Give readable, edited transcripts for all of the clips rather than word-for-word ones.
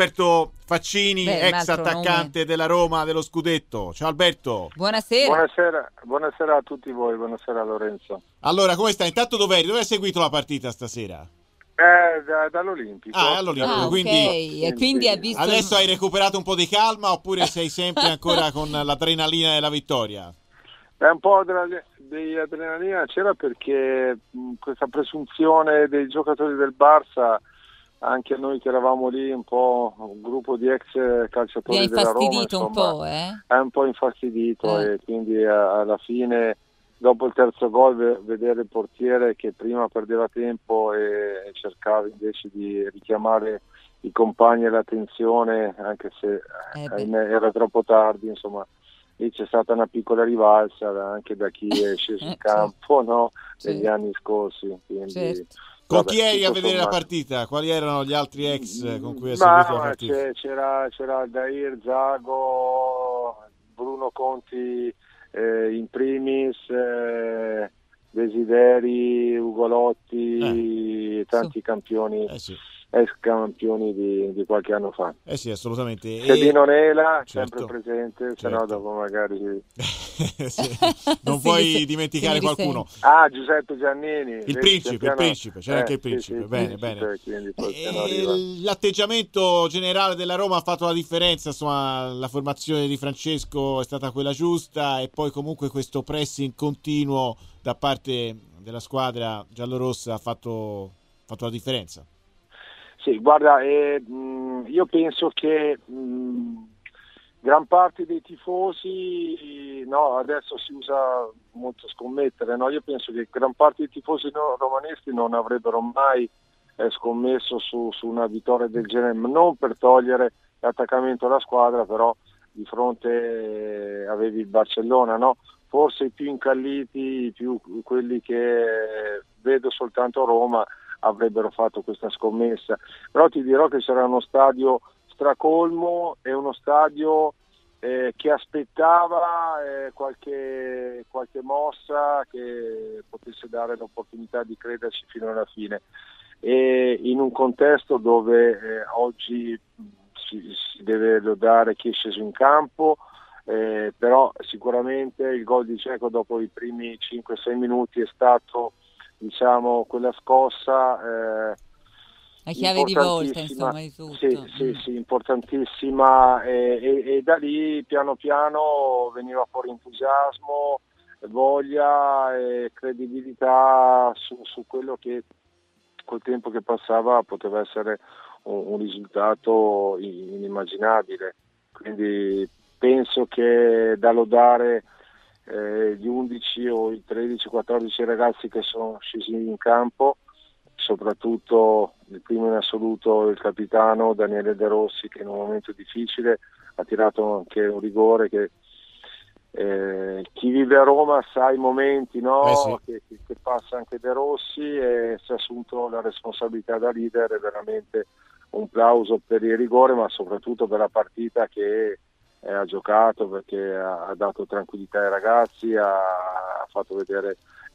Alberto Faccini, Beh, un ex altro attaccante nome. della Roma dello scudetto. Ciao Alberto. Buonasera. Buonasera a tutti voi, buonasera Lorenzo. Allora, come stai? Intanto dov'eri? Dove hai seguito la partita stasera? Dall'Olimpico. All'Olimpico, Ok, quindi e quindi hai visto adesso hai recuperato un po' di calma oppure sei sempre ancora con l'adrenalina della vittoria? Un po' di adrenalina c'era perché questa presunzione dei giocatori del Barça, anche noi che eravamo lì un po' un gruppo di ex vi ha calciatori della Roma, infastidito un insomma, po', è un po' infastidito e quindi alla fine, dopo il terzo gol, vedere il portiere che prima perdeva tempo e cercava invece di richiamare i compagni e l'attenzione, anche se era troppo tardi, insomma. Lì c'è stata una piccola rivalsa anche da chi è sceso in campo, no? Negli anni scorsi. Quindi, Con chi eri a vedere la partita? Quali erano gli altri ex con cui hai seguito la partita? C'era Aldair, Zago, Bruno Conti in primis, Desideri, Ugolotti, tanti campioni. Ex campioni di qualche anno fa. Sì, assolutamente. Sedino Nela, sempre presente, se no dopo magari non puoi dimenticare qualcuno. Giuseppe Giannini, il principe, c'era anche il principe. Bene. L'atteggiamento generale della Roma ha fatto la differenza, insomma, la formazione di Francesco è stata quella giusta e poi comunque questo pressing continuo da parte della squadra giallorossa ha fatto la differenza. Sì, guarda, io penso che gran parte dei tifosi, no, adesso si usa molto scommettere, no? Io penso che gran parte dei tifosi romanisti non avrebbero mai scommesso su una vittoria del genere, non per togliere l'attaccamento alla squadra, però di fronte avevi il Barcellona, no? Forse i più incalliti, quelli che vedo soltanto a Roma, avrebbero fatto questa scommessa, però ti dirò che sarà uno stadio stracolmo e uno stadio che aspettava qualche mossa che potesse dare l'opportunità di crederci fino alla fine, e in un contesto dove oggi si deve lodare chi è sceso in campo, però sicuramente il gol di Dzeko dopo i primi 5-6 minuti è stato, diciamo, quella scossa la chiave di volta, insomma, di tutto. Sì, importantissima, e da lì piano piano veniva fuori entusiasmo, voglia e credibilità su quello che col tempo che passava poteva essere un risultato inimmaginabile. Quindi penso che da lodare gli 11 o i 13-14 ragazzi che sono scesi in campo, soprattutto il primo in assoluto il capitano Daniele De Rossi, che in un momento difficile ha tirato anche un rigore che chi vive a Roma sa i momenti, no? Che passa anche De Rossi, e si è assunto la responsabilità da leader, e veramente un plauso per il rigore, ma soprattutto per la partita che ha giocato, perché ha dato tranquillità ai ragazzi, ha fatto vedere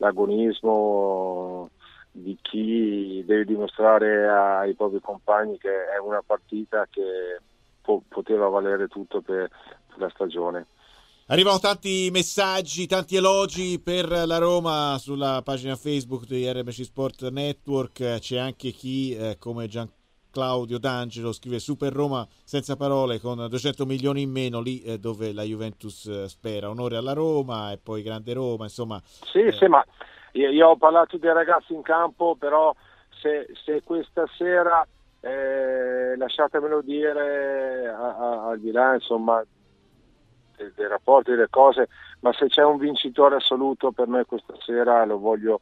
l'agonismo di chi deve dimostrare ai propri compagni che è una partita che poteva valere tutto per la stagione. Arrivano tanti messaggi, tanti elogi per la Roma sulla pagina Facebook di RMC Sport Network. C'è anche chi, come Claudio D'Angelo, scrive Super Roma senza parole, con 200 milioni in meno lì dove la Juventus spera. Onore alla Roma e poi grande Roma, insomma. Sì, ma io ho parlato dei ragazzi in campo, però se questa sera, lasciatemelo dire, al di là, insomma, dei rapporti, delle cose, ma se c'è un vincitore assoluto per me questa sera, lo voglio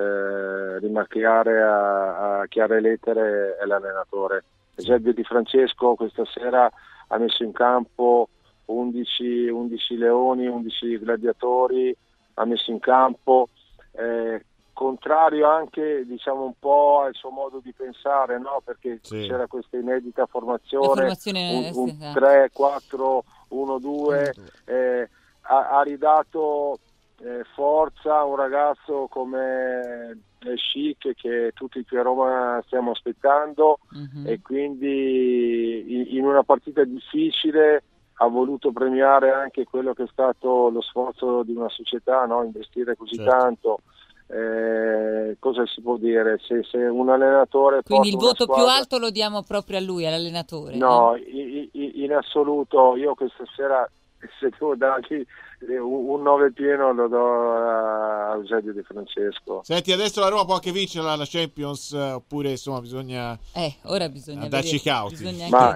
rimarcare a chiare lettere, è l'allenatore. Eusebio Di Francesco questa sera ha messo in campo 11 leoni, 11 gladiatori, ha messo in campo, contrario anche, diciamo, un po' al suo modo di pensare, no? Perché c'era questa inedita formazione, un 3-4-1-2, ha ridato forza a un ragazzo come Schick, che tutti qui a Roma stiamo aspettando, e quindi in una partita difficile ha voluto premiare anche quello che è stato lo sforzo di una società, no? Investire così tanto. Cosa si può dire? Se un allenatore quindi il voto squadra... più alto lo diamo proprio a lui, all'allenatore? No, in assoluto io questa sera, se devo dargli un 9 pieno, lo do a Eusebio De Francesco. Senti, adesso la Roma può anche vincere la Champions, oppure insomma bisogna ora bisogna darci cauti. Ma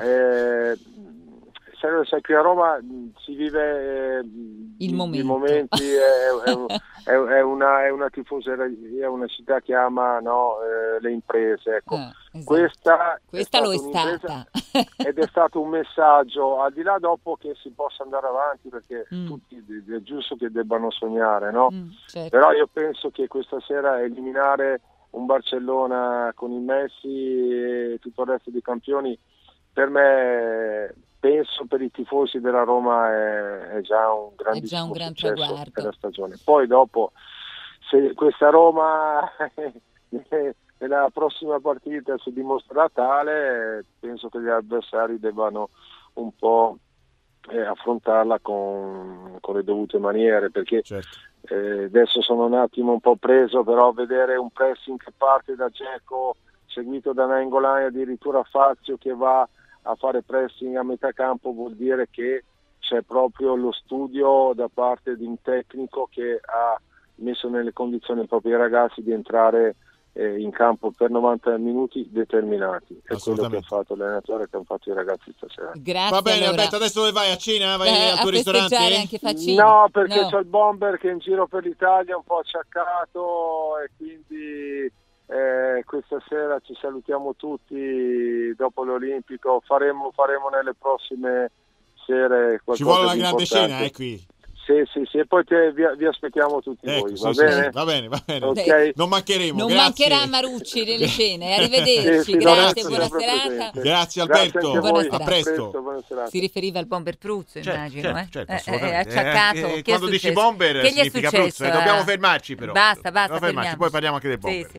sai, qui a Roma si vive i momenti, è una tifoseria, una città che ama, no, le imprese, ecco. Esatto. Questa lo è stata ed è stato un messaggio, al di là dopo che si possa andare avanti, perché tutti è giusto che debbano sognare, no? Certo. Però io penso che questa sera eliminare un Barcellona con il Messi e tutto il resto dei campioni, per me, penso per i tifosi della Roma è già un grandissimo gran successo traguardo per la stagione. Poi dopo, se questa Roma nella prossima partita si dimostrerà tale, penso che gli avversari debbano un po' affrontarla con le dovute maniere, perché adesso sono un attimo un po' preso, però vedere un pressing che parte da Dzeko seguito da Nainggolan, addirittura Fazio che va a fare pressing a metà campo, vuol dire che c'è proprio lo studio da parte di un tecnico che ha messo nelle condizioni i propri ragazzi di entrare in campo per 90 minuti determinati. È quello che ha fatto l'allenatore, che hanno fatto i ragazzi stasera. Grazie. Va bene, allora. Alberto, adesso dove vai? A cena? Vai al tuo ristorante? Anche Faccini? No, perché c'è il bomber che è in giro per l'Italia, un po' acciaccato, e quindi questa sera ci salutiamo tutti dopo l'Olimpico. Faremo nelle prossime sere qualcosa. Ci vuole una di grande importante. scena, qui. Sì, e poi vi aspettiamo tutti voi, va bene? Va bene. Okay. Non mancheremo. Non grazie. mancherà Marucci nelle scene. Arrivederci, sì, grazie, buona serata. Presente. Grazie Alberto, Buona a presto. Buona serata. Si riferiva al bomber Pruzzo, immagino. Certo, è acciaccato. Quando dici bomber che gli è significa successo? Pruzzo, dobbiamo fermarci però. Basta, Poi parliamo anche del bomber. Sì.